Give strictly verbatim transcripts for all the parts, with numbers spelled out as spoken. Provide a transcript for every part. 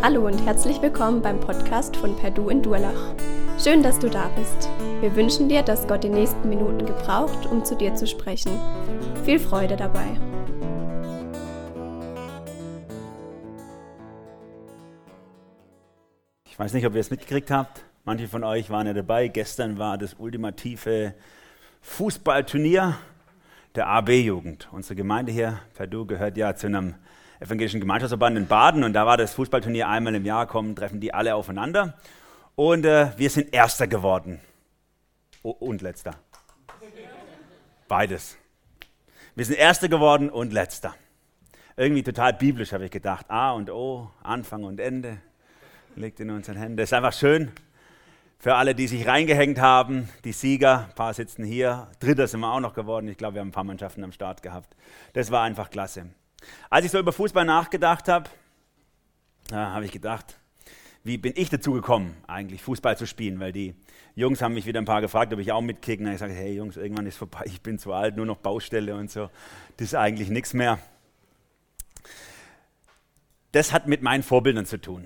Hallo und herzlich willkommen beim Podcast von Perdu in Durlach. Schön, dass du da bist. Wir wünschen dir, dass Gott die nächsten Minuten gebraucht, um zu dir zu sprechen. Viel Freude dabei. Ich weiß nicht, ob ihr es mitgekriegt habt. Manche von euch waren ja dabei. Gestern war das ultimative Fußballturnier der A B-Jugend. Unsere Gemeinde hier, Perdu, gehört ja zu einem evangelischen Gemeinschaftsverband in Baden. Und da war das Fußballturnier einmal im Jahr, kommen, treffen die alle aufeinander. Und äh, wir sind Erster geworden. O- und Letzter. Beides. Wir sind Erster geworden und Letzter. Irgendwie total biblisch, habe ich gedacht. A und O, Anfang und Ende, liegt in unseren Händen. Das ist einfach schön für alle, die sich reingehängt haben. Die Sieger, ein paar sitzen hier. Dritter sind wir auch noch geworden. Ich glaube, wir haben ein paar Mannschaften am Start gehabt. Das war einfach klasse. Als ich so über Fußball nachgedacht habe, habe ich gedacht, wie bin ich dazu gekommen, eigentlich Fußball zu spielen? Weil die Jungs haben mich wieder ein paar gefragt, ob ich auch mitkicke. Und ich sage, hey Jungs, irgendwann ist vorbei, ich bin zu alt, nur noch Baustelle und so. Das ist eigentlich nichts mehr. Das hat mit meinen Vorbildern zu tun.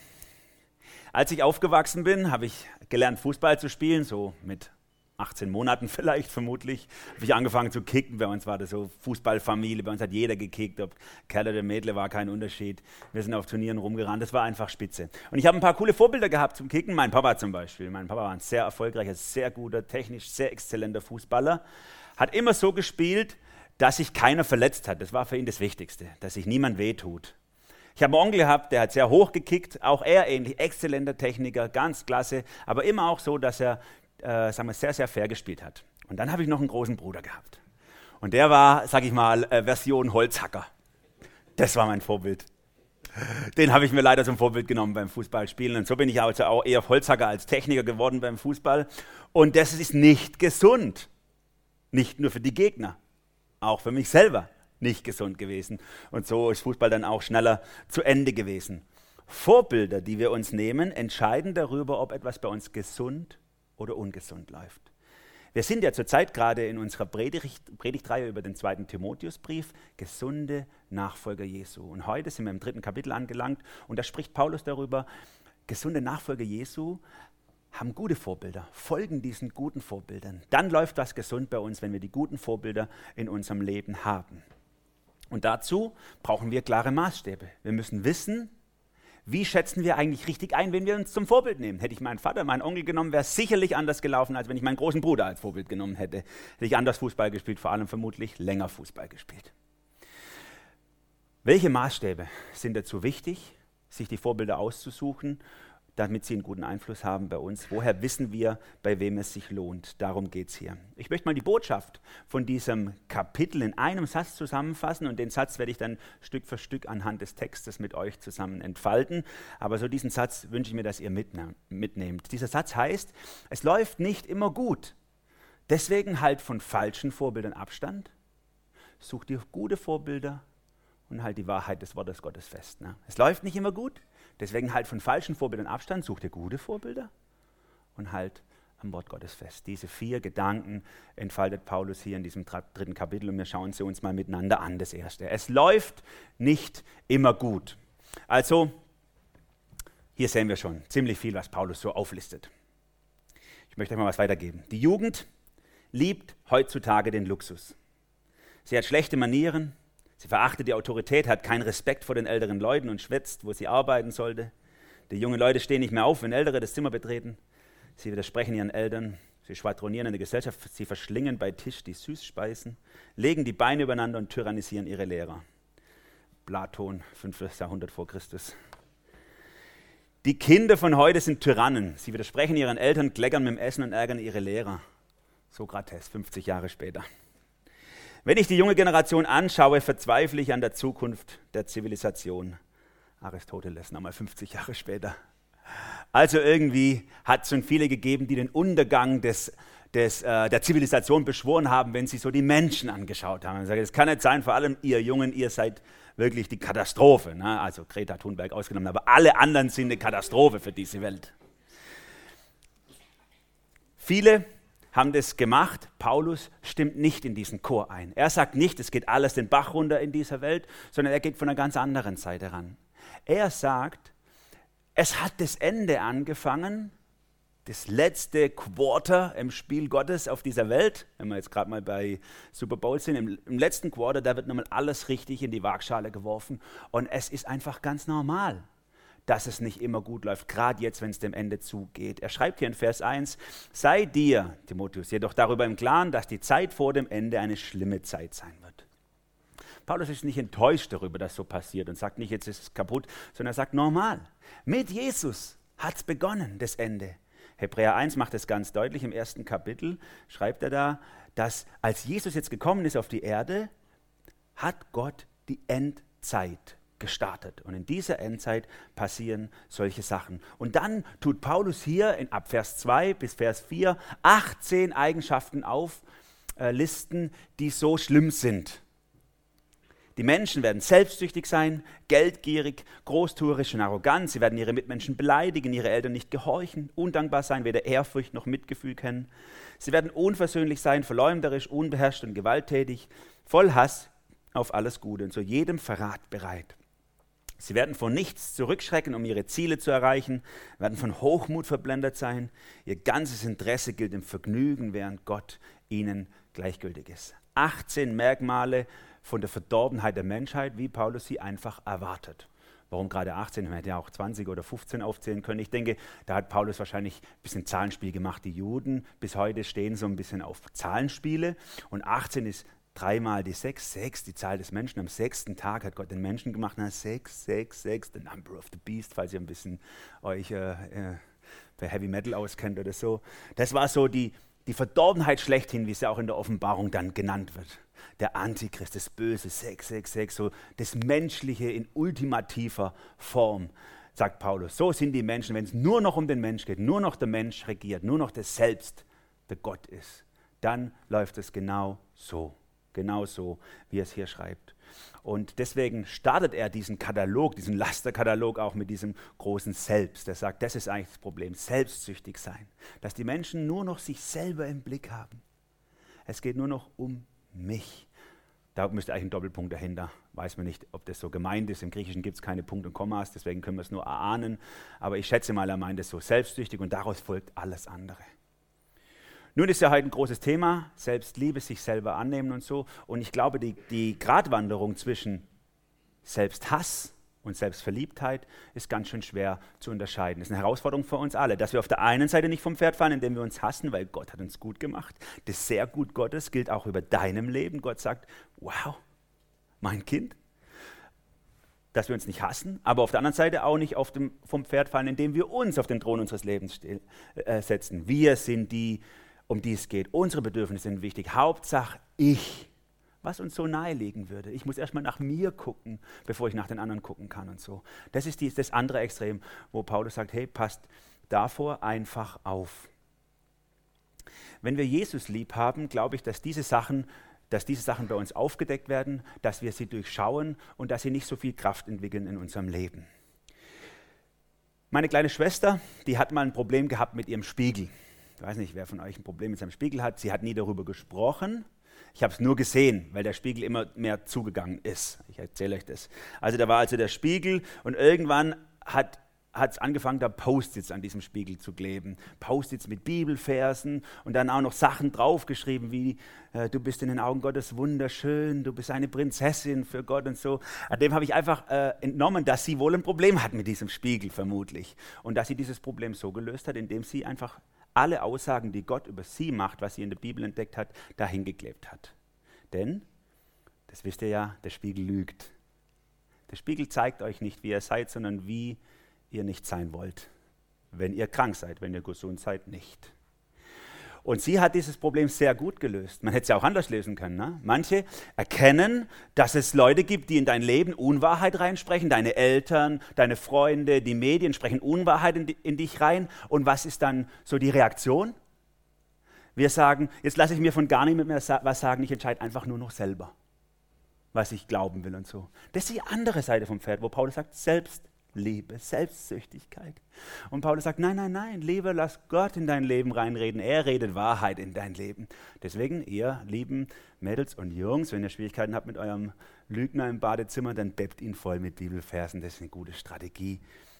Als ich aufgewachsen bin, habe ich gelernt, Fußball zu spielen, so mit achtzehn Monaten vielleicht, vermutlich, habe ich angefangen zu kicken. Bei uns war das so Fußballfamilie, bei uns hat jeder gekickt, ob Kerl oder Mädle, war kein Unterschied. Wir sind auf Turnieren rumgerannt, das war einfach spitze. Und ich habe ein paar coole Vorbilder gehabt zum Kicken, mein Papa zum Beispiel. Mein Papa war ein sehr erfolgreicher, sehr guter, technisch sehr exzellenter Fußballer, hat immer so gespielt, dass sich keiner verletzt hat. Das war für ihn das Wichtigste, dass sich niemand wehtut. Ich habe einen Onkel gehabt, der hat sehr hoch gekickt, auch er ähnlich, exzellenter Techniker, ganz klasse, aber immer auch so, dass er Äh, sagen wir, sehr, sehr fair gespielt hat. Und dann habe ich noch einen großen Bruder gehabt. Und der war, sag ich mal, äh, Version Holzhacker. Das war mein Vorbild. Den habe ich mir leider zum Vorbild genommen beim Fußballspielen. Und so bin ich also auch eher Holzhacker als Techniker geworden beim Fußball. Und das ist nicht gesund. Nicht nur für die Gegner, auch für mich selber nicht gesund gewesen. Und so ist Fußball dann auch schneller zu Ende gewesen. Vorbilder, die wir uns nehmen, entscheiden darüber, ob etwas bei uns gesund ist oder ungesund läuft. Wir sind ja zurzeit gerade in unserer Predigt, Predigtreihe über den zweiten Timotheusbrief, gesunde Nachfolger Jesu. Und heute sind wir im dritten Kapitel angelangt und da spricht Paulus darüber, gesunde Nachfolger Jesu haben gute Vorbilder, folgen diesen guten Vorbildern. Dann läuft das gesund bei uns, wenn wir die guten Vorbilder in unserem Leben haben. Und dazu brauchen wir klare Maßstäbe. Wir müssen wissen, wie schätzen wir eigentlich richtig ein, wenn wir uns zum Vorbild nehmen? Hätte ich meinen Vater, meinen Onkel genommen, wäre es sicherlich anders gelaufen, als wenn ich meinen großen Bruder als Vorbild genommen hätte. Hätte ich anders Fußball gespielt, vor allem vermutlich länger Fußball gespielt. Welche Maßstäbe sind dazu wichtig, sich die Vorbilder auszusuchen, damit sie einen guten Einfluss haben bei uns? Woher wissen wir, bei wem es sich lohnt? Darum geht es hier. Ich möchte mal die Botschaft von diesem Kapitel in einem Satz zusammenfassen und den Satz werde ich dann Stück für Stück anhand des Textes mit euch zusammen entfalten. Aber so diesen Satz wünsche ich mir, dass ihr mitnehmt. Dieser Satz heißt, es läuft nicht immer gut. Deswegen halt von falschen Vorbildern Abstand. Such dir gute Vorbilder und halt die Wahrheit des Wortes Gottes fest. Ne? Es läuft nicht immer gut. Deswegen halt von falschen Vorbildern Abstand, such dir gute Vorbilder und halt am Wort Gottes fest. Diese vier Gedanken entfaltet Paulus hier in diesem dritten Kapitel und wir schauen sie uns mal miteinander an, das erste. Es läuft nicht immer gut. Also, hier sehen wir schon ziemlich viel, was Paulus so auflistet. Ich möchte euch mal was weitergeben. Die Jugend liebt heutzutage den Luxus. Sie hat schlechte Manieren. Sie verachtet die Autorität, hat keinen Respekt vor den älteren Leuten und schwätzt, wo sie arbeiten sollte. Die jungen Leute stehen nicht mehr auf, wenn Ältere das Zimmer betreten. Sie widersprechen ihren Eltern, sie schwadronieren in der Gesellschaft, sie verschlingen bei Tisch die Süßspeisen, legen die Beine übereinander und tyrannisieren ihre Lehrer. Platon, fünftes Jahrhundert vor Christus. Die Kinder von heute sind Tyrannen. Sie widersprechen ihren Eltern, kleckern mit dem Essen und ärgern ihre Lehrer. Sokrates, fünfzig Jahre später. Wenn ich die junge Generation anschaue, verzweifle ich an der Zukunft der Zivilisation. Aristoteles, nochmal fünfzig Jahre später. Also irgendwie hat es schon viele gegeben, die den Untergang des, des, äh, der Zivilisation beschworen haben, wenn sie so die Menschen angeschaut haben. Ich sage, das kann nicht sein, vor allem ihr Jungen, ihr seid wirklich die Katastrophe. Ne? Also Greta Thunberg ausgenommen, aber alle anderen sind eine Katastrophe für diese Welt. Viele haben das gemacht. Paulus stimmt nicht in diesen Chor ein. Er sagt nicht, es geht alles den Bach runter in dieser Welt, sondern er geht von einer ganz anderen Seite ran. Er sagt, Es hat das Ende angefangen, das letzte Quarter im Spiel Gottes auf dieser Welt, wenn wir jetzt gerade mal bei Super Bowl sind, im, im letzten Quarter, da wird nochmal alles richtig in die Waagschale geworfen und es ist einfach ganz normal, dass es nicht immer gut läuft, gerade jetzt, wenn es dem Ende zugeht. Er schreibt hier in Vers eins, sei dir, Timotheus, jedoch darüber im Klaren, dass die Zeit vor dem Ende eine schlimme Zeit sein wird. Paulus ist nicht enttäuscht darüber, dass so passiert und sagt nicht, jetzt ist es kaputt, sondern er sagt, normal, mit Jesus hat es begonnen, das Ende. Hebräer eins macht es ganz deutlich, im ersten Kapitel schreibt er da, dass als Jesus jetzt gekommen ist auf die Erde, hat Gott die Endzeit gestartet. Und in dieser Endzeit passieren solche Sachen. Und dann tut Paulus hier in ab Vers zwei bis Vers vier achtzehn Eigenschaften auflisten, die so schlimm sind. Die Menschen werden selbstsüchtig sein, geldgierig, großtuerisch und arrogant. Sie werden ihre Mitmenschen beleidigen, ihre Eltern nicht gehorchen, undankbar sein, weder Ehrfurcht noch Mitgefühl kennen. Sie werden unversöhnlich sein, verleumderisch, unbeherrscht und gewalttätig, voll Hass auf alles Gute und zu jedem Verrat bereit. Sie werden vor nichts zurückschrecken, um ihre Ziele zu erreichen, werden von Hochmut verblendet sein. Ihr ganzes Interesse gilt dem Vergnügen, während Gott ihnen gleichgültig ist. achtzehn Merkmale von der Verdorbenheit der Menschheit, wie Paulus sie einfach erwartet. Warum gerade achtzehn? Man hätte ja auch zwanzig oder fünfzehn aufzählen können. Ich denke, da hat Paulus wahrscheinlich ein bisschen Zahlenspiel gemacht. Die Juden bis heute stehen so ein bisschen auf Zahlenspiele. Und achtzehn ist dreimal die sechs, sechs, die Zahl des Menschen. Am sechsten Tag hat Gott den Menschen gemacht. Na, sechs, sechs, sechs, the number of the beast, falls ihr ein bisschen euch äh, äh, bei Heavy Metal auskennt oder so. Das war so die, die Verdorbenheit schlechthin, wie es ja auch in der Offenbarung dann genannt wird. Der Antichrist, das Böse, sechs sechs sechs, so das Menschliche in ultimativer Form, sagt Paulus. So sind die Menschen, wenn es nur noch um den Mensch geht, nur noch der Mensch regiert, nur noch das Selbst der Gott ist, dann läuft es genau so, genau so, wie er es hier schreibt. Und deswegen startet er diesen Katalog, diesen Lasterkatalog auch mit diesem großen Selbst. Er sagt, das ist eigentlich das Problem, selbstsüchtig sein, dass die Menschen nur noch sich selber im Blick haben. Es geht nur noch um mich. Da müsste eigentlich ein Doppelpunkt dahinter. Weiß man nicht, ob das so gemeint ist. Im Griechischen gibt es keine Punkt und Kommas, deswegen können wir es nur erahnen. Aber ich schätze mal, er meint es so selbstsüchtig und daraus folgt alles andere. Nun ist ja heute ein großes Thema, Selbstliebe, sich selber annehmen und so. Und ich glaube, die, die Gratwanderung zwischen Selbsthass und Selbstverliebtheit ist ganz schön schwer zu unterscheiden. Das ist eine Herausforderung für uns alle, dass wir auf der einen Seite nicht vom Pferd fallen, indem wir uns hassen, weil Gott hat uns gut gemacht. Das sehr gut Gottes gilt auch über deinem Leben. Gott sagt, wow, mein Kind, dass wir uns nicht hassen, aber auf der anderen Seite auch nicht auf dem, vom Pferd fallen, indem wir uns auf den Thron unseres Lebens still, äh, setzen. Wir sind die, um die es geht. Unsere Bedürfnisse sind wichtig. Hauptsache ich. Was uns so naheliegen würde. Ich muss erstmal nach mir gucken, bevor ich nach den anderen gucken kann und so. Das ist die, das andere Extrem, wo Paulus sagt, hey, passt davor einfach auf. Wenn wir Jesus lieb haben, glaube ich, dass diese Sachen, dass diese Sachen bei uns aufgedeckt werden, dass wir sie durchschauen und dass sie nicht so viel Kraft entwickeln in unserem Leben. Meine kleine Schwester, die hat mal ein Problem gehabt mit ihrem Spiegel. Ich weiß nicht, wer von euch ein Problem mit seinem Spiegel hat. Sie hat nie darüber gesprochen. Ich habe es nur gesehen, weil der Spiegel immer mehr zugegangen ist. Ich erzähle euch das. Also da war also der Spiegel und irgendwann hat es angefangen, da Post-its an diesem Spiegel zu kleben. Post-its mit Bibelversen und dann auch noch Sachen draufgeschrieben wie äh, du bist in den Augen Gottes wunderschön, du bist eine Prinzessin für Gott und so. An dem habe ich einfach äh, entnommen, dass sie wohl ein Problem hat mit diesem Spiegel vermutlich. Und dass sie dieses Problem so gelöst hat, indem sie einfach alle Aussagen, die Gott über sie macht, was sie in der Bibel entdeckt hat, dahin geklebt hat. Denn, das wisst ihr ja, der Spiegel lügt. Der Spiegel zeigt euch nicht, wie ihr seid, sondern wie ihr nicht sein wollt. Wenn ihr krank seid, wenn ihr gesund seid, nicht. Und sie hat dieses Problem sehr gut gelöst. Man hätte es ja auch anders lösen können. Ne? Manche erkennen, dass es Leute gibt, die in dein Leben Unwahrheit reinsprechen. Deine Eltern, deine Freunde, die Medien sprechen Unwahrheit in, in dich rein. Und was ist dann so die Reaktion? Wir sagen, jetzt lasse ich mir von gar niemand mehr sa- was sagen, ich entscheide einfach nur noch selber, was ich glauben will und so. Das ist die andere Seite vom Pferd, wo Paulus sagt, Selbstliebe, Selbstsüchtigkeit. Und Paulus sagt, nein, nein, nein, lieber lass Gott in dein Leben reinreden. Er redet Wahrheit in dein Leben. Deswegen, ihr lieben Mädels und Jungs, wenn ihr Schwierigkeiten habt mit eurem Lügner im Badezimmer, dann bebt ihn voll mit Bibelversen. Das ist eine gute Strategie,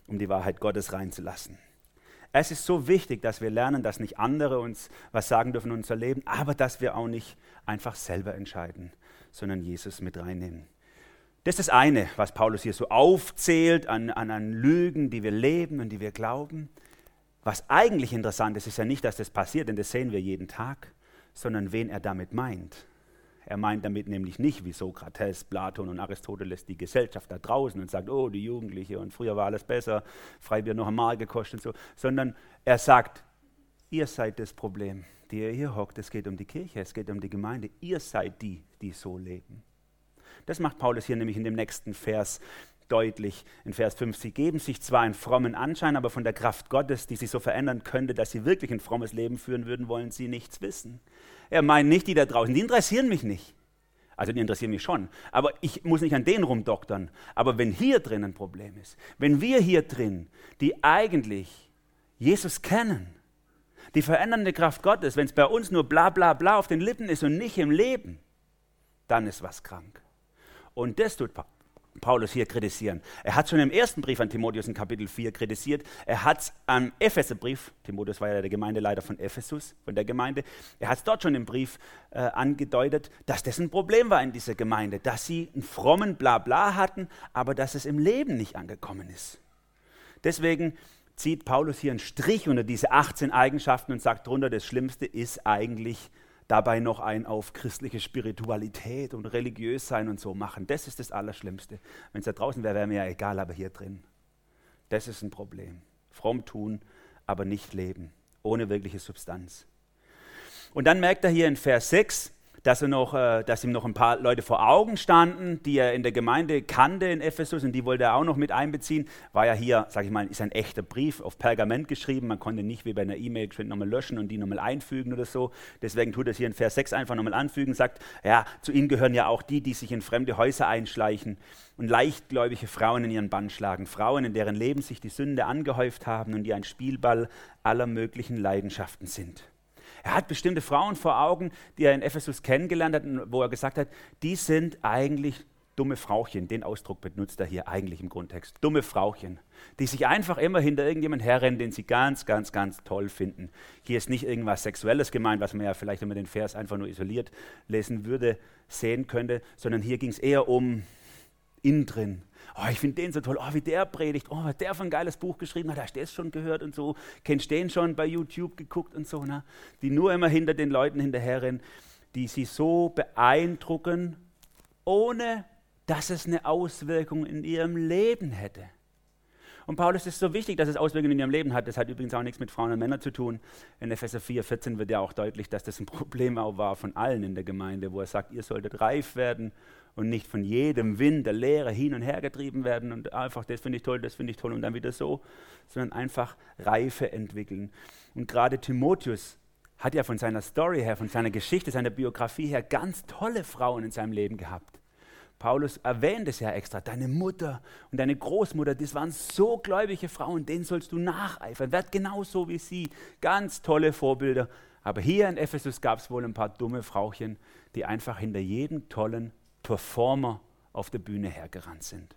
um die Wahrheit Gottes reinzulassen. Es ist so wichtig, dass wir lernen, dass nicht andere uns was sagen dürfen in unser Leben, aber dass wir auch nicht einfach selber entscheiden, sondern Jesus mit reinnehmen. Das ist das eine, was Paulus hier so aufzählt an, an, an Lügen, die wir leben und die wir glauben. Was eigentlich interessant ist, ist ja nicht, dass das passiert, denn das sehen wir jeden Tag, sondern wen er damit meint. Er meint damit nämlich nicht wie Sokrates, Platon und Aristoteles die Gesellschaft da draußen und sagt, oh, die Jugendliche und früher war alles besser, Freibier noch einmal gekostet und so, sondern er sagt, ihr seid das Problem, die ihr hier hockt, es geht um die Kirche, es geht um die Gemeinde, ihr seid die, die so leben. Das macht Paulus hier nämlich in dem nächsten Vers deutlich, in Vers fünf. Sie geben sich zwar einen frommen Anschein, aber von der Kraft Gottes, die sie so verändern könnte, dass sie wirklich ein frommes Leben führen würden, wollen sie nichts wissen. Er meint nicht die da draußen, die interessieren mich nicht. Also die interessieren mich schon, aber ich muss nicht an denen rumdoktern. Aber wenn hier drin ein Problem ist, wenn wir hier drin, die eigentlich Jesus kennen, die verändernde Kraft Gottes, wenn es bei uns nur bla bla bla auf den Lippen ist und nicht im Leben, dann ist was krank. Und das tut Paulus hier kritisieren. Er hat schon im ersten Brief an Timotheus in Kapitel vier kritisiert. Er hat es am Epheserbrief, Timotheus war ja der Gemeindeleiter von Ephesus, von der Gemeinde, er hat es dort schon im Brief äh, angedeutet, dass das ein Problem war in dieser Gemeinde, dass sie einen frommen Blabla hatten, aber dass es im Leben nicht angekommen ist. Deswegen zieht Paulus hier einen Strich unter diese achtzehn Eigenschaften und sagt drunter, das Schlimmste ist eigentlich dabei noch ein auf christliche Spiritualität und religiös sein und so machen. Das ist das Allerschlimmste. Wenn es da draußen wäre, wäre mir ja egal, aber hier drin. Das ist ein Problem. Fromm tun, aber nicht leben. Ohne wirkliche Substanz. Und dann merkt er hier in Vers sechs, dass, er noch, äh, dass ihm noch ein paar Leute vor Augen standen, die er in der Gemeinde kannte in Ephesus und die wollte er auch noch mit einbeziehen. War ja hier, sage ich mal, ist ein echter Brief auf Pergament geschrieben. Man konnte nicht wie bei einer E-Mail nochmal löschen und die nochmal einfügen oder so. Deswegen tut er es hier in Vers sechs einfach nochmal anfügen, sagt, ja, zu ihnen gehören ja auch die, die sich in fremde Häuser einschleichen und leichtgläubige Frauen in ihren Bann schlagen. Frauen, in deren Leben sich die Sünde angehäuft haben und die ein Spielball aller möglichen Leidenschaften sind. Er hat bestimmte Frauen vor Augen, die er in Ephesus kennengelernt hat, wo er gesagt hat, die sind eigentlich dumme Frauchen. Den Ausdruck benutzt er hier eigentlich im Grundtext. Dumme Frauchen, die sich einfach immer hinter irgendjemand herrennen, den sie ganz, ganz, ganz toll finden. Hier ist nicht irgendwas Sexuelles gemeint, was man ja vielleicht, wenn man den Vers einfach nur isoliert lesen würde, sehen könnte, sondern hier ging es eher um innen drin. Oh, ich finde den so toll, oh, wie der predigt, oh, hat der für ein geiles Buch geschrieben, hat er das schon gehört und so, kennst den schon bei YouTube geguckt und so, ne? Die nur immer hinter den Leuten hinterherrennen, die sie so beeindrucken, ohne dass es eine Auswirkung in ihrem Leben hätte. Und Paulus ist so wichtig, dass es Auswirkungen in ihrem Leben hat. Das hat übrigens auch nichts mit Frauen und Männern zu tun. In Epheser vier, vierzehn wird ja auch deutlich, dass das ein Problem auch war von allen in der Gemeinde, wo er sagt, ihr solltet reif werden und nicht von jedem Wind der Lehre hin und her getrieben werden und einfach, das finde ich toll, das finde ich toll und dann wieder so, sondern einfach Reife entwickeln. Und gerade Timotheus hat ja von seiner Story her, von seiner Geschichte, seiner Biografie her ganz tolle Frauen in seinem Leben gehabt. Paulus erwähnt es ja extra, deine Mutter und deine Großmutter, das waren so gläubige Frauen, denen sollst du nacheifern, werd genauso wie sie, ganz tolle Vorbilder. Aber hier in Ephesus gab es wohl ein paar dumme Frauchen, die einfach hinter jedem tollen Performer auf der Bühne hergerannt sind.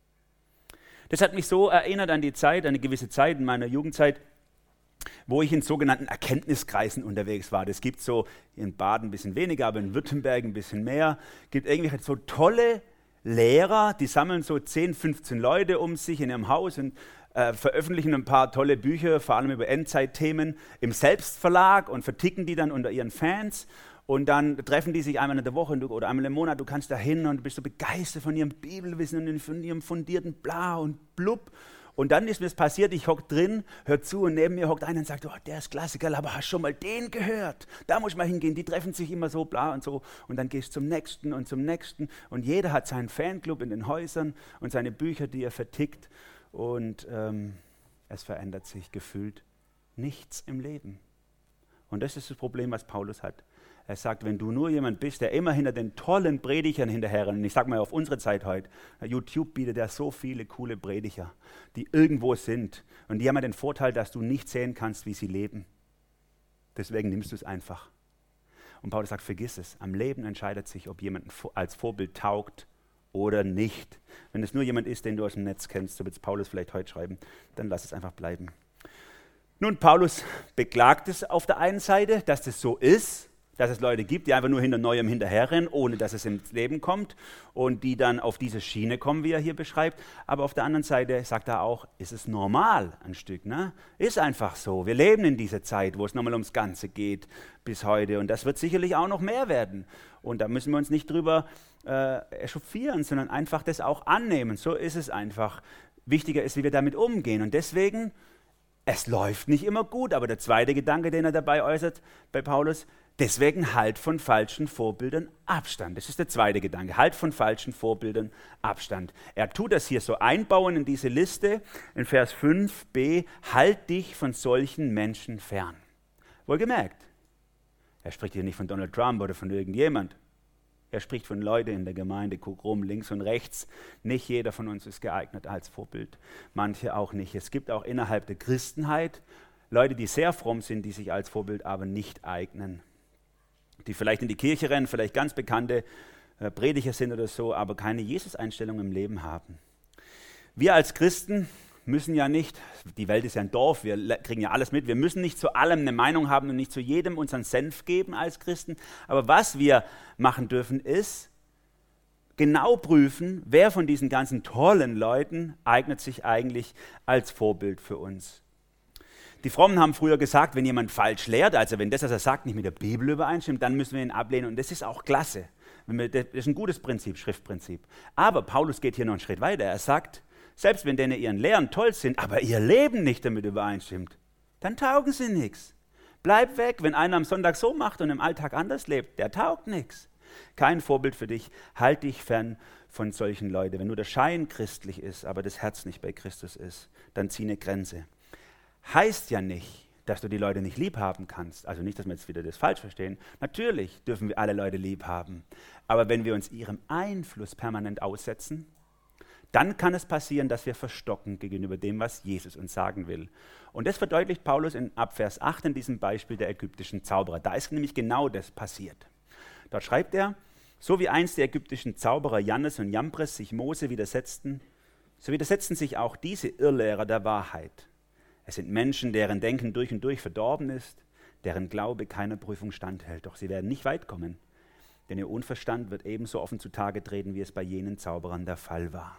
Das hat mich so erinnert an die Zeit, an eine gewisse Zeit in meiner Jugendzeit, wo ich in sogenannten Erkenntniskreisen unterwegs war. Das gibt es so in Baden ein bisschen weniger, aber in Württemberg ein bisschen mehr. Es gibt irgendwelche so tolle Lehrer, die sammeln so zehn, fünfzehn Leute um sich in ihrem Haus und äh, veröffentlichen ein paar tolle Bücher, vor allem über Endzeitthemen, im Selbstverlag und verticken die dann unter ihren Fans. Und dann treffen die sich einmal in der Woche oder einmal im Monat, du kannst da hin und du bist so begeistert von ihrem Bibelwissen und von ihrem fundierten Bla und Blub. Und dann ist mir das passiert, ich hocke drin, hör zu und neben mir hockt einer und sagt, oh, der ist Klassiker, aber hast schon mal den gehört? Da muss ich mal hingehen, die treffen sich immer so, bla und so. Und dann gehst du zum Nächsten und zum Nächsten. Und jeder hat seinen Fanclub in den Häusern und seine Bücher, die er vertickt. Und ähm, es verändert sich gefühlt nichts im Leben. Und das ist das Problem, was Paulus hat. Er sagt, wenn du nur jemand bist, der immer hinter den tollen Predigern hinterherrennt, und ich sage mal auf unsere Zeit heute, YouTube bietet ja so viele coole Prediger, die irgendwo sind. Und die haben ja den Vorteil, dass du nicht sehen kannst, wie sie leben. Deswegen nimmst du es einfach. Und Paulus sagt, vergiss es. Am Leben entscheidet sich, ob jemand als Vorbild taugt oder nicht. Wenn es nur jemand ist, den du aus dem Netz kennst, so wird es Paulus vielleicht heute schreiben, dann lass es einfach bleiben. Nun, Paulus beklagt es auf der einen Seite, dass das so ist, dass es Leute gibt, die einfach nur hinter Neuem hinterherrennen, ohne dass es ins Leben kommt und die dann auf diese Schiene kommen, wie er hier beschreibt. Aber auf der anderen Seite sagt er auch, ist es normal ein Stück, ne? Ist einfach so. Wir leben in dieser Zeit, wo es nochmal ums Ganze geht bis heute und das wird sicherlich auch noch mehr werden. Und da müssen wir uns nicht drüber äh, echauffieren, sondern einfach das auch annehmen. So ist es einfach. Wichtiger ist, wie wir damit umgehen und deswegen, es läuft nicht immer gut, aber der zweite Gedanke, den er dabei äußert bei Paulus, deswegen halt von falschen Vorbildern Abstand. Das ist der zweite Gedanke, halt von falschen Vorbildern Abstand. Er tut das hier so einbauen in diese Liste, in Vers fünf b, halt dich von solchen Menschen fern. Wohlgemerkt, er spricht hier nicht von Donald Trump oder von irgendjemand. Er spricht von Leuten in der Gemeinde, guck rum, links und rechts. Nicht jeder von uns ist geeignet als Vorbild, manche auch nicht. Es gibt auch innerhalb der Christenheit Leute, die sehr fromm sind, die sich als Vorbild aber nicht eignen. Die vielleicht in die Kirche rennen, vielleicht ganz bekannte äh, Prediger sind oder so, aber keine Jesus-Einstellung im Leben haben. Wir als Christen müssen ja nicht, die Welt ist ja ein Dorf, wir kriegen ja alles mit, wir müssen nicht zu allem eine Meinung haben und nicht zu jedem unseren Senf geben als Christen, aber was wir machen dürfen ist, genau prüfen, wer von diesen ganzen tollen Leuten eignet sich eigentlich als Vorbild für uns. Die Frommen haben früher gesagt, wenn jemand falsch lehrt, also wenn das, was er sagt, nicht mit der Bibel übereinstimmt, dann müssen wir ihn ablehnen und das ist auch klasse. Das ist ein gutes Prinzip, Schriftprinzip. Aber Paulus geht hier noch einen Schritt weiter, er sagt, selbst wenn denen ihren Lehren toll sind, aber ihr Leben nicht damit übereinstimmt, dann taugen sie nichts. Bleib weg, wenn einer am Sonntag so macht und im Alltag anders lebt, der taugt nichts. Kein Vorbild für dich, halt dich fern von solchen Leuten. Wenn nur der Schein christlich ist, aber das Herz nicht bei Christus ist, dann zieh eine Grenze. Heißt ja nicht, dass du die Leute nicht lieb haben kannst. Also nicht, dass wir jetzt wieder das falsch verstehen. Natürlich dürfen wir alle Leute lieb haben. Aber wenn wir uns ihrem Einfluss permanent aussetzen, dann kann es passieren, dass wir verstocken gegenüber dem, was Jesus uns sagen will. Und das verdeutlicht Paulus in ab Vers acht in diesem Beispiel der ägyptischen Zauberer. Da ist nämlich genau das passiert. Dort schreibt er, so wie einst die ägyptischen Zauberer Jannes und Jambres sich Mose widersetzten, so widersetzen sich auch diese Irrlehrer der Wahrheit. Es sind Menschen, deren Denken durch und durch verdorben ist, deren Glaube keiner Prüfung standhält. Doch sie werden nicht weit kommen, denn ihr Unverstand wird ebenso offen zutage treten, wie es bei jenen Zauberern der Fall war.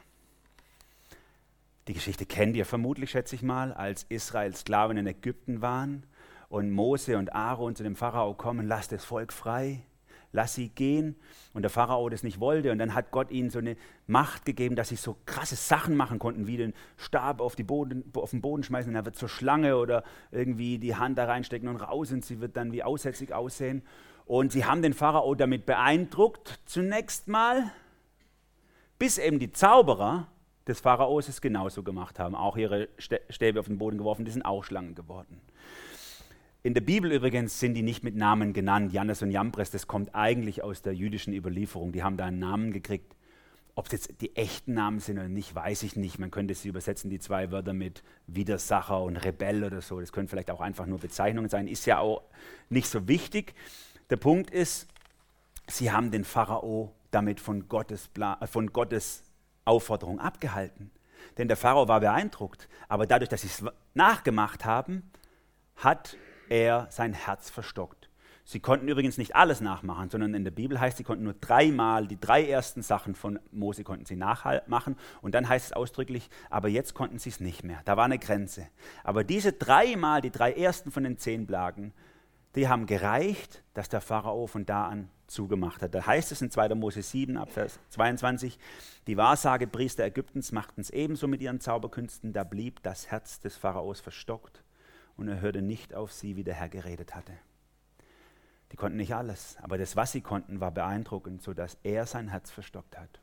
Die Geschichte kennt ihr vermutlich, schätze ich mal, als Israel Sklaven in Ägypten waren und Mose und Aaron zu dem Pharao kommen, lasst das Volk frei, lass sie gehen. Und der Pharao das nicht wollte und dann hat Gott ihnen so eine Macht gegeben, dass sie so krasse Sachen machen konnten, wie den Stab auf, die Boden, auf den Boden schmeißen und er wird zur Schlange oder irgendwie die Hand da reinstecken und raus und sie wird dann wie aussätzig aussehen. Und sie haben den Pharao damit beeindruckt, zunächst mal, bis eben die Zauberer des Pharaos es genauso gemacht haben, auch ihre Stäbe auf den Boden geworfen, die sind auch Schlangen geworden. In der Bibel übrigens sind die nicht mit Namen genannt, Jannes und Jambres, das kommt eigentlich aus der jüdischen Überlieferung, die haben da einen Namen gekriegt. Ob es jetzt die echten Namen sind oder nicht, weiß ich nicht. Man könnte sie übersetzen, die zwei Wörter mit Widersacher und Rebell oder so, das können vielleicht auch einfach nur Bezeichnungen sein, ist ja auch nicht so wichtig. Der Punkt ist, sie haben den Pharao damit von Gottes, von Gottes Aufforderung abgehalten. Denn der Pharao war beeindruckt, aber dadurch, dass sie es nachgemacht haben, hat er sein Herz verstockt. Sie konnten übrigens nicht alles nachmachen, sondern in der Bibel heißt, sie konnten nur dreimal, die drei ersten Sachen von Mose konnten sie nachmachen und dann heißt es ausdrücklich, aber jetzt konnten sie es nicht mehr. Da war eine Grenze. Aber diese dreimal, die drei ersten von den zehn Plagen, die haben gereicht, dass der Pharao von da an zugemacht hat. Da heißt es in zweiter Mose sieben, ab Vers zweiundzwanzig, die Wahrsagepriester Ägyptens machten es ebenso mit ihren Zauberkünsten, da blieb das Herz des Pharaos verstockt und er hörte nicht auf sie, wie der Herr geredet hatte. Die konnten nicht alles, aber das, was sie konnten, war beeindruckend, sodass er sein Herz verstockt hat.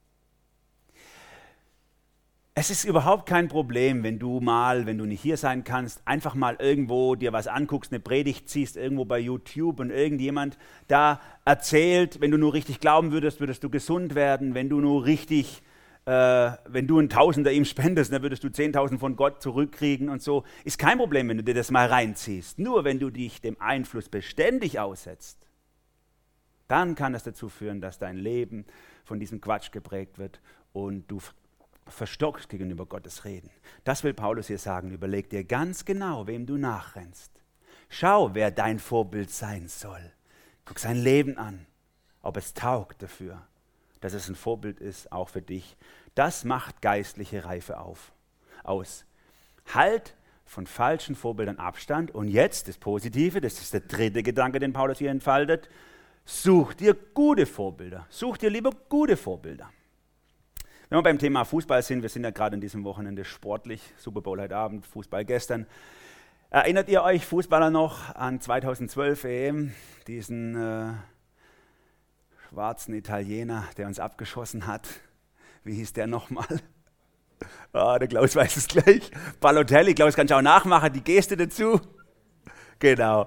Es ist überhaupt kein Problem, wenn du mal, wenn du nicht hier sein kannst, einfach mal irgendwo dir was anguckst, eine Predigt ziehst, irgendwo bei YouTube und irgendjemand da erzählt, wenn du nur richtig glauben würdest, würdest du gesund werden, wenn du nur richtig, äh, wenn du einen Tausender ihm spendest, dann würdest du zehntausend von Gott zurückkriegen und so. Ist kein Problem, wenn du dir das mal reinziehst. Nur wenn du dich dem Einfluss beständig aussetzt, dann kann es dazu führen, dass dein Leben von diesem Quatsch geprägt wird und du verstockst gegenüber Gottes Reden. Das will Paulus hier sagen. Überleg dir ganz genau, wem du nachrennst. Schau, wer dein Vorbild sein soll. Guck sein Leben an, ob es taugt dafür, dass es ein Vorbild ist, auch für dich. Das macht geistliche Reife auf, aus. Halt von falschen Vorbildern Abstand. Und jetzt das Positive, das ist der dritte Gedanke, den Paulus hier entfaltet. Such dir gute Vorbilder. Such dir lieber gute Vorbilder. Wenn wir beim Thema Fußball sind, wir sind ja gerade in diesem Wochenende sportlich, Super Bowl heute Abend, Fußball gestern. Erinnert ihr euch, Fußballer, noch an zweitausendzwölf E M, diesen äh, schwarzen Italiener, der uns abgeschossen hat? Wie hieß der nochmal? Ah, der Klaus weiß es gleich. Balotelli, Klaus, kannst du auch nachmachen, die Geste dazu? Genau.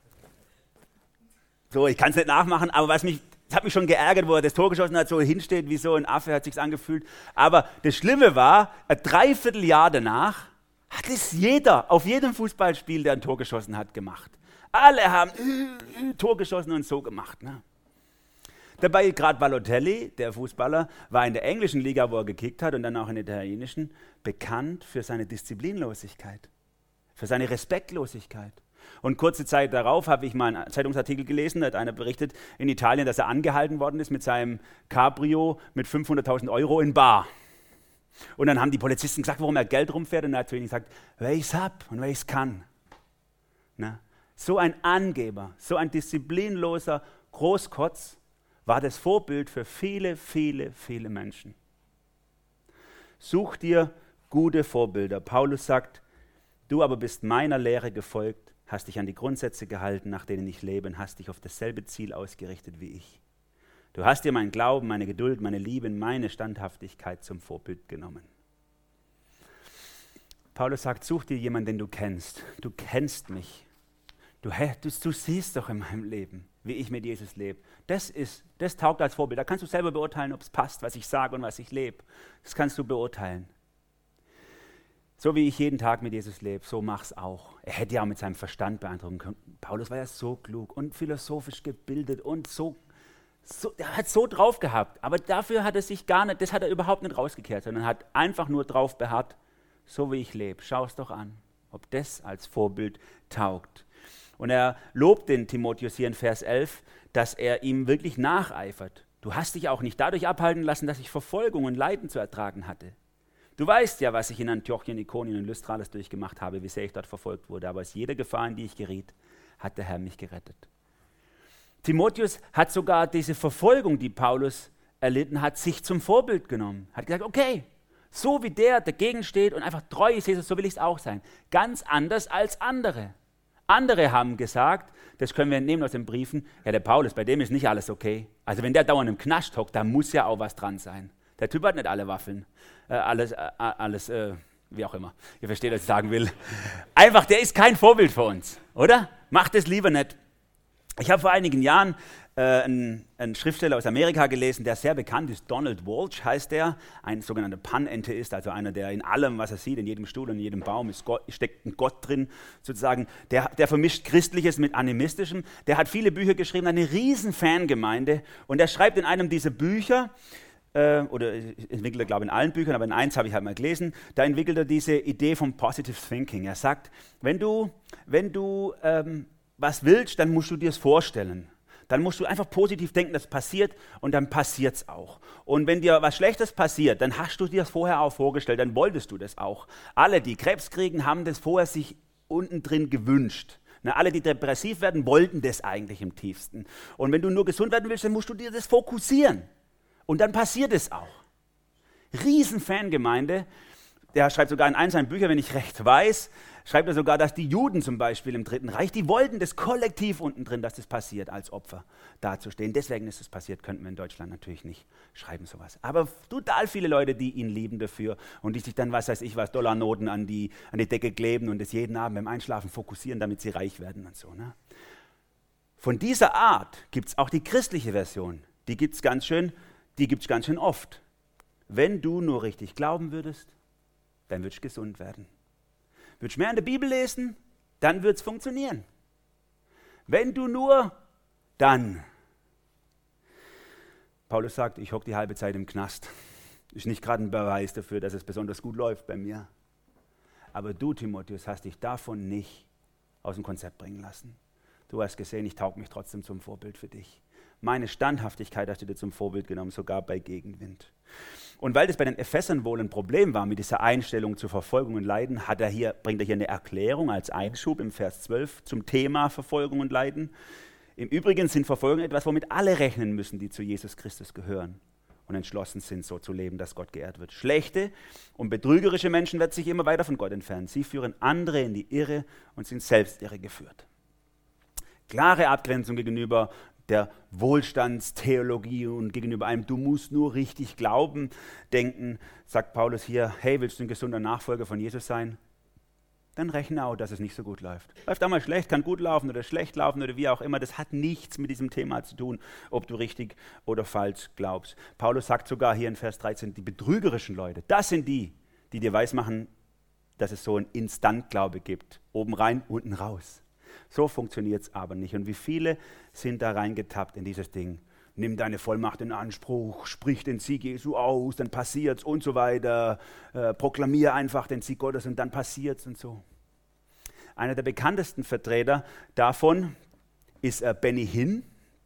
So, ich kann es nicht nachmachen, aber was mich, das hat mich schon geärgert, wo er das Tor geschossen hat, so hinsteht wie so ein Affe, hat sich's angefühlt. Aber das Schlimme war, ein Dreivierteljahr danach hat es jeder, auf jedem Fußballspiel, der ein Tor geschossen hat, gemacht. Alle haben äh, äh, Tor geschossen und so gemacht. Ne? Dabei gerade Balotelli, der Fußballer, war in der englischen Liga, wo er gekickt hat und dann auch in der italienischen, bekannt für seine Disziplinlosigkeit, für seine Respektlosigkeit. Und kurze Zeit darauf habe ich mal einen Zeitungsartikel gelesen, da hat einer berichtet in Italien, dass er angehalten worden ist mit seinem Cabrio mit fünfhunderttausend Euro in bar. Und dann haben die Polizisten gesagt, warum er Geld rumfährt, und er hat zu ihnen gesagt, weil ich es hab und weil ich es kann. Na? So ein Angeber, so ein disziplinloser Großkotz war das Vorbild für viele, viele, viele Menschen. Such dir gute Vorbilder. Paulus sagt, du aber bist meiner Lehre gefolgt, hast dich an die Grundsätze gehalten, nach denen ich lebe, und hast dich auf dasselbe Ziel ausgerichtet wie ich. Du hast dir meinen Glauben, meine Geduld, meine Liebe, meine Standhaftigkeit zum Vorbild genommen. Paulus sagt, such dir jemanden, den du kennst. Du kennst mich. Du, du, du siehst doch in meinem Leben, wie ich mit Jesus lebe. Das ist, das taugt als Vorbild. Da kannst du selber beurteilen, ob es passt, was ich sage und was ich lebe. Das kannst du beurteilen. So wie ich jeden Tag mit Jesus lebe, so mach's auch. Er hätte ja auch mit seinem Verstand beeindrucken können. Paulus war ja so klug und philosophisch gebildet und so, so, er hat so drauf gehabt. Aber dafür hat er sich gar nicht, das hat er überhaupt nicht rausgekehrt, sondern hat einfach nur drauf beharrt, so wie ich lebe. Schau es doch an, ob das als Vorbild taugt. Und er lobt den Timotheus hier in Vers elf, dass er ihm wirklich nacheifert. Du hast dich auch nicht dadurch abhalten lassen, dass ich Verfolgung und Leiden zu ertragen hatte. Du weißt ja, was ich in Antiochien, Ikonien und Lystra alles durchgemacht habe, wie sehr ich dort verfolgt wurde. Aber aus jeder Gefahr, in die ich geriet, hat der Herr mich gerettet. Timotheus hat sogar diese Verfolgung, die Paulus erlitten hat, sich zum Vorbild genommen. Hat gesagt, okay, so wie der dagegen steht und einfach treu ist Jesus, so will ich es auch sein. Ganz anders als andere. Andere haben gesagt, das können wir entnehmen aus den Briefen, ja, der Paulus, bei dem ist nicht alles okay. Also wenn der dauernd im Knast hockt, da muss ja auch was dran sein. Der Typ hat nicht alle Waffeln, äh, alles, äh, alles äh, wie auch immer. Ihr versteht, was ich sagen will. Einfach, der ist kein Vorbild für uns, oder? Macht es lieber nicht. Ich habe vor einigen Jahren äh, einen, einen Schriftsteller aus Amerika gelesen, der sehr bekannt ist. Donald Walsh heißt der, ein sogenannter Panentheist, also einer, der in allem, was er sieht, in jedem Stuhl und in jedem Baum ist Gott, steckt ein Gott drin, sozusagen. Der, der vermischt Christliches mit Animistischem. Der hat viele Bücher geschrieben, eine riesen Fangemeinde. Und er schreibt in einem dieser Bücher, äh, oder entwickelt er, glaube ich, in allen Büchern, aber in eins habe ich halt mal gelesen, da entwickelt er diese Idee vom Positive Thinking. Er sagt, wenn du, wenn du ähm, was willst, dann musst du dir es vorstellen. Dann musst du einfach positiv denken, das passiert, und dann passiert es auch. Und wenn dir was Schlechtes passiert, dann hast du dir das vorher auch vorgestellt, dann wolltest du das auch. Alle, die Krebs kriegen, haben das vorher sich unten drin gewünscht. Na, alle, die depressiv werden, wollten das eigentlich im tiefsten. Und wenn du nur gesund werden willst, dann musst du dir das fokussieren. Und dann passiert es auch. Riesen Fangemeinde. Der schreibt sogar in einem seiner Bücher, wenn ich recht weiß, schreibt er sogar, dass die Juden zum Beispiel im Dritten Reich, die wollten das kollektiv unten drin, dass das passiert, als Opfer dazustehen. Deswegen ist es passiert, könnten wir in Deutschland natürlich nicht schreiben sowas. Aber total viele Leute, die ihn lieben dafür und die sich dann, was weiß ich was, Dollarnoten an die, an die Decke kleben und das jeden Abend beim Einschlafen fokussieren, damit sie reich werden und so. Ne? Von dieser Art gibt es auch die christliche Version. Die gibt es ganz schön, die gibt's ganz schön oft. Wenn du nur richtig glauben würdest, dann würdest du gesund werden. Würdest du mehr in der Bibel lesen, dann wird es funktionieren. Wenn du nur, dann, Paulus sagt, ich hocke die halbe Zeit im Knast. Ist nicht gerade ein Beweis dafür, dass es besonders gut läuft bei mir. Aber du, Timotheus, hast dich davon nicht aus dem Konzept bringen lassen. Du hast gesehen, ich taug mich trotzdem zum Vorbild für dich. Meine Standhaftigkeit hast du dir zum Vorbild genommen, sogar bei Gegenwind. Und weil das bei den Ephesern wohl ein Problem war mit dieser Einstellung zur Verfolgung und Leiden, hat er hier, bringt er hier eine Erklärung als Einschub im Vers zwölf zum Thema Verfolgung und Leiden. Im Übrigen sind Verfolgungen etwas, womit alle rechnen müssen, die zu Jesus Christus gehören und entschlossen sind, so zu leben, dass Gott geehrt wird. Schlechte und betrügerische Menschen werden sich immer weiter von Gott entfernen. Sie führen andere in die Irre und sind selbst irregeführt. Klare Abgrenzung gegenüber der Wohlstandstheologie und gegenüber einem Du musst nur richtig glauben denken, sagt Paulus hier, hey, willst du ein gesunder Nachfolger von Jesus sein? Dann rechne auch, dass es nicht so gut läuft. Läuft einmal schlecht, kann gut laufen oder schlecht laufen oder wie auch immer. Das hat nichts mit diesem Thema zu tun, ob du richtig oder falsch glaubst. Paulus sagt sogar hier in Vers dreizehn, die betrügerischen Leute, das sind die, die dir weismachen, dass es so einen Instantglaube gibt. Oben rein, unten raus. So funktioniert es aber nicht. Und wie viele sind da reingetappt in dieses Ding? Nimm deine Vollmacht in Anspruch, sprich den Sieg Jesu aus, dann passiert's und so weiter. Äh, proklamier einfach den Sieg Gottes und dann passiert's und so. Einer der bekanntesten Vertreter davon ist äh, Benny Hinn,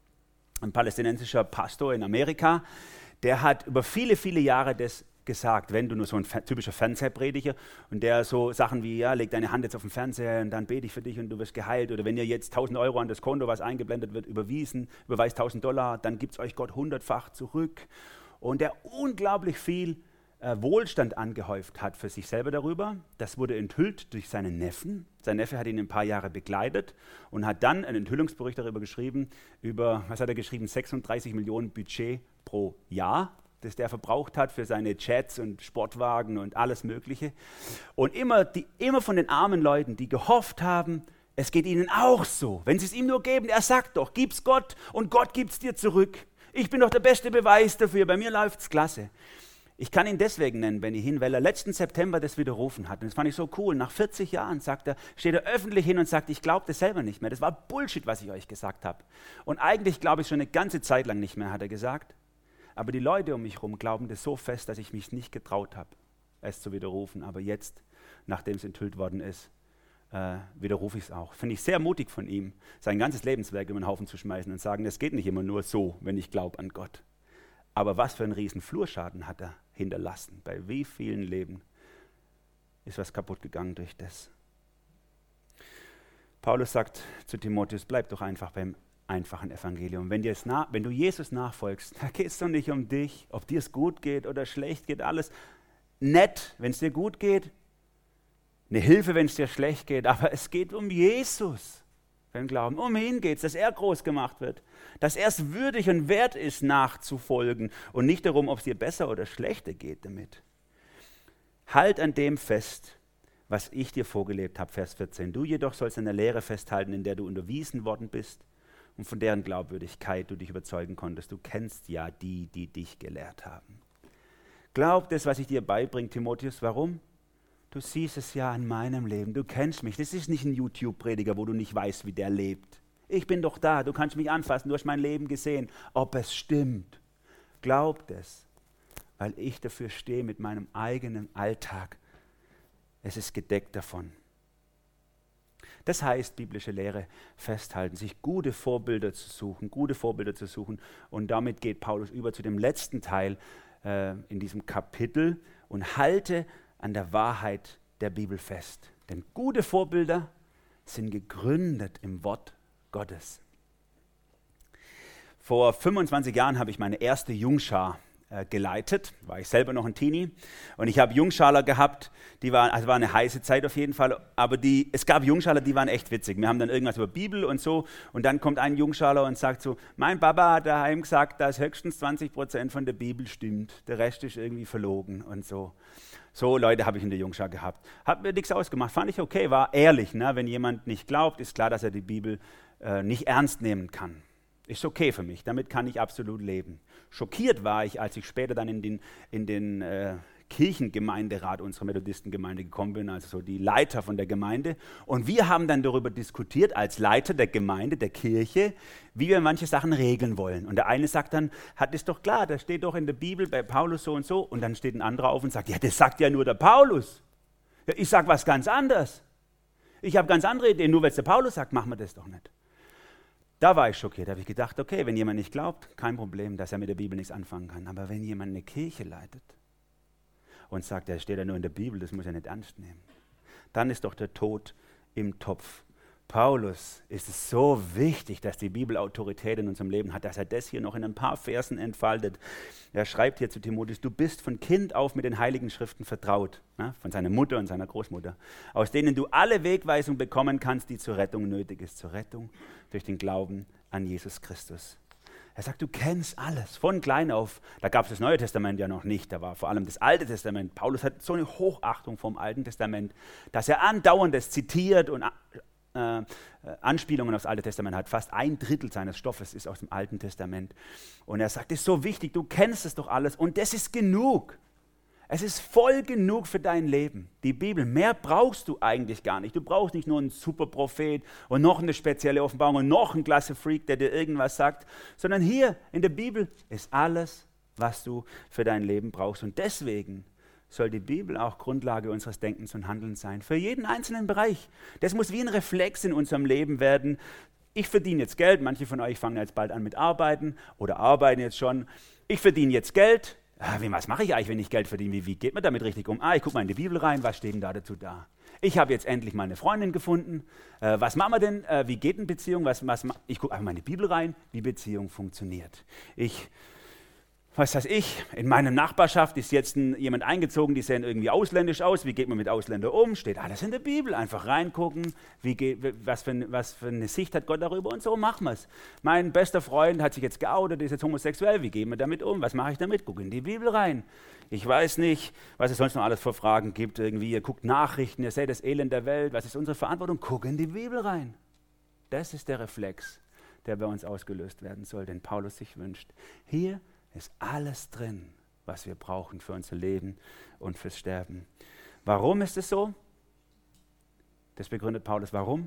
ein palästinensischer Pastor in Amerika. Der hat über viele, viele Jahre das gesagt, wenn du nur so ein typischer Fernsehprediger und der so Sachen wie, ja, leg deine Hand jetzt auf den Fernseher und dann bete ich für dich und du wirst geheilt oder wenn ihr jetzt tausend Euro an das Konto, was eingeblendet wird, überwiesen, überweist tausend Dollar, dann gibt es euch Gott hundertfach zurück und der unglaublich viel äh, Wohlstand angehäuft hat für sich selber darüber. Das wurde enthüllt durch seinen Neffen. Sein Neffe hat ihn ein paar Jahre begleitet und hat dann einen Enthüllungsbericht darüber geschrieben, über, was hat er geschrieben, sechsunddreißig Millionen Budget pro Jahr, das der verbraucht hat für seine Jets und Sportwagen und alles Mögliche. Und immer, die, immer von den armen Leuten, die gehofft haben, es geht ihnen auch so. Wenn sie es ihm nur geben, er sagt doch, gib's Gott und Gott gibt's dir zurück. Ich bin doch der beste Beweis dafür, bei mir läuft's klasse. Ich kann ihn deswegen nennen, Benny Hinn, weil er letzten September das widerrufen hat. Und das fand ich so cool. Nach vierzig Jahren sagt er, steht er öffentlich hin und sagt, ich glaube das selber nicht mehr. Das war Bullshit, was ich euch gesagt habe. Und eigentlich glaube ich schon eine ganze Zeit lang nicht mehr, hat er gesagt. Aber die Leute um mich herum glauben das so fest, dass ich mich nicht getraut habe, es zu widerrufen. Aber jetzt, nachdem es enthüllt worden ist, äh, widerrufe ich es auch. Finde ich sehr mutig von ihm, sein ganzes Lebenswerk über den Haufen zu schmeißen und sagen, es geht nicht immer nur so, wenn ich glaube an Gott. Aber was für einen riesen Flurschaden hat er hinterlassen? Bei wie vielen Leben ist was kaputt gegangen durch das? Paulus sagt zu Timotheus, bleib doch einfach beim einfachen Evangelium. Wenn, dir na, wenn du Jesus nachfolgst, da geht es doch nicht um dich, ob dir es gut geht oder schlecht geht, alles nett, wenn es dir gut geht, eine Hilfe, wenn es dir schlecht geht, aber es geht um Jesus, wenn Glauben, um ihn geht es, dass er groß gemacht wird, dass er es würdig und wert ist, nachzufolgen und nicht darum, ob es dir besser oder schlechter geht damit. Halt an dem fest, was ich dir vorgelebt habe, Vers vierzehn. Du jedoch sollst an der Lehre festhalten, in der du unterwiesen worden bist, und von deren Glaubwürdigkeit du dich überzeugen konntest. Du kennst ja die, die dich gelehrt haben. Glaub das, was ich dir beibringe, Timotheus. Warum? Du siehst es ja an meinem Leben. Du kennst mich. Das ist nicht ein YouTube-Prediger, wo du nicht weißt, wie der lebt. Ich bin doch da. Du kannst mich anfassen. Du hast mein Leben gesehen. Ob es stimmt. Glaub das, weil ich dafür stehe mit meinem eigenen Alltag. Es ist gedeckt davon. Das heißt, biblische Lehre festhalten, sich gute Vorbilder zu suchen, gute Vorbilder zu suchen. Und damit geht Paulus über zu dem letzten Teil äh, in diesem Kapitel und halte an der Wahrheit der Bibel fest. Denn gute Vorbilder sind gegründet im Wort Gottes. Vor fünfundzwanzig Jahren habe ich meine erste Jungschar geleitet, war ich selber noch ein Teenie und ich habe Jungschaler gehabt, die waren, also war eine heiße Zeit auf jeden Fall, aber die, es gab Jungschaler, die waren echt witzig. Wir haben dann irgendwas über Bibel und so und dann kommt ein Jungschaler und sagt so, mein Papa hat daheim gesagt, dass höchstens zwanzig Prozent von der Bibel stimmt, der Rest ist irgendwie verlogen und so. So Leute habe ich in der Jungschar gehabt. Hat mir nichts ausgemacht, fand ich okay, war ehrlich. Ne? Wenn jemand nicht glaubt, ist klar, dass er die Bibel äh, nicht ernst nehmen kann. Ist okay für mich, damit kann ich absolut leben. Schockiert war ich, als ich später dann in den, in den äh, Kirchengemeinderat unserer Methodistengemeinde gekommen bin, also so die Leiter von der Gemeinde. Und wir haben dann darüber diskutiert, als Leiter der Gemeinde, der Kirche, wie wir manche Sachen regeln wollen. Und der eine sagt dann, hat es doch klar, das steht doch in der Bibel bei Paulus so und so. Und dann steht ein anderer auf und sagt, ja, das sagt ja nur der Paulus. Ja, ich sage was ganz anderes. Ich habe ganz andere Ideen, nur weil es der Paulus sagt, machen wir das doch nicht. Da war ich schockiert, da habe ich gedacht, okay, wenn jemand nicht glaubt, kein Problem, dass er mit der Bibel nichts anfangen kann. Aber wenn jemand eine Kirche leitet und sagt, er steht ja nur in der Bibel, das muss er nicht ernst nehmen, dann ist doch der Tod im Topf. Paulus ist es so wichtig, dass die Bibel Autorität in unserem Leben hat, dass er das hier noch in ein paar Versen entfaltet. Er schreibt hier zu Timotheus, du bist von Kind auf mit den Heiligen Schriften vertraut, ne, von seiner Mutter und seiner Großmutter, aus denen du alle Wegweisung bekommen kannst, die zur Rettung nötig ist, zur Rettung durch den Glauben an Jesus Christus. Er sagt, du kennst alles, von klein auf. Da gab es das Neue Testament ja noch nicht, da war vor allem das Alte Testament. Paulus hat so eine Hochachtung vom Alten Testament, dass er andauernd das zitiert und Äh, Anspielungen aufs Alte Testament hat. Fast ein Drittel seines Stoffes ist aus dem Alten Testament. Und er sagt, es ist so wichtig, du kennst es doch alles und das ist genug. Es ist voll genug für dein Leben. Die Bibel, mehr brauchst du eigentlich gar nicht. Du brauchst nicht nur einen Superprophet und noch eine spezielle Offenbarung und noch einen klasse Freak, der dir irgendwas sagt, sondern hier in der Bibel ist alles, was du für dein Leben brauchst. Und deswegen soll die Bibel auch Grundlage unseres Denkens und Handelns sein, für jeden einzelnen Bereich. Das muss wie ein Reflex in unserem Leben werden. Ich verdiene jetzt Geld, manche von euch fangen jetzt bald an mit Arbeiten oder arbeiten jetzt schon. Ich verdiene jetzt Geld. Ah, wie, was mache ich eigentlich, wenn ich Geld verdiene? Wie, wie geht man damit richtig um? Ah, ich gucke mal in die Bibel rein, was steht denn da dazu da? Ich habe jetzt endlich mal eine Freundin gefunden. Äh, was machen wir denn? Äh, wie geht eine Beziehung? Was, was, ich gucke einfach mal in die Bibel rein, wie Beziehung funktioniert. Ich Was weiß ich, in meiner Nachbarschaft ist jetzt ein, jemand eingezogen, die sehen irgendwie ausländisch aus. Wie geht man mit Ausländern um? Steht alles in der Bibel. Einfach reingucken, wie geht, was, für, was für eine Sicht hat Gott darüber und so machen wir es. Mein bester Freund hat sich jetzt geoutet, ist jetzt homosexuell. Wie gehen wir damit um? Was mache ich damit? Guck in die Bibel rein. Ich weiß nicht, was es sonst noch alles für Fragen gibt. Irgendwie, ihr guckt Nachrichten, ihr seht das Elend der Welt. Was ist unsere Verantwortung? Guck in die Bibel rein. Das ist der Reflex, der bei uns ausgelöst werden soll, den Paulus sich wünscht. Hier ist alles drin, was wir brauchen für unser Leben und fürs Sterben. Warum ist es so? Das begründet Paulus. Warum?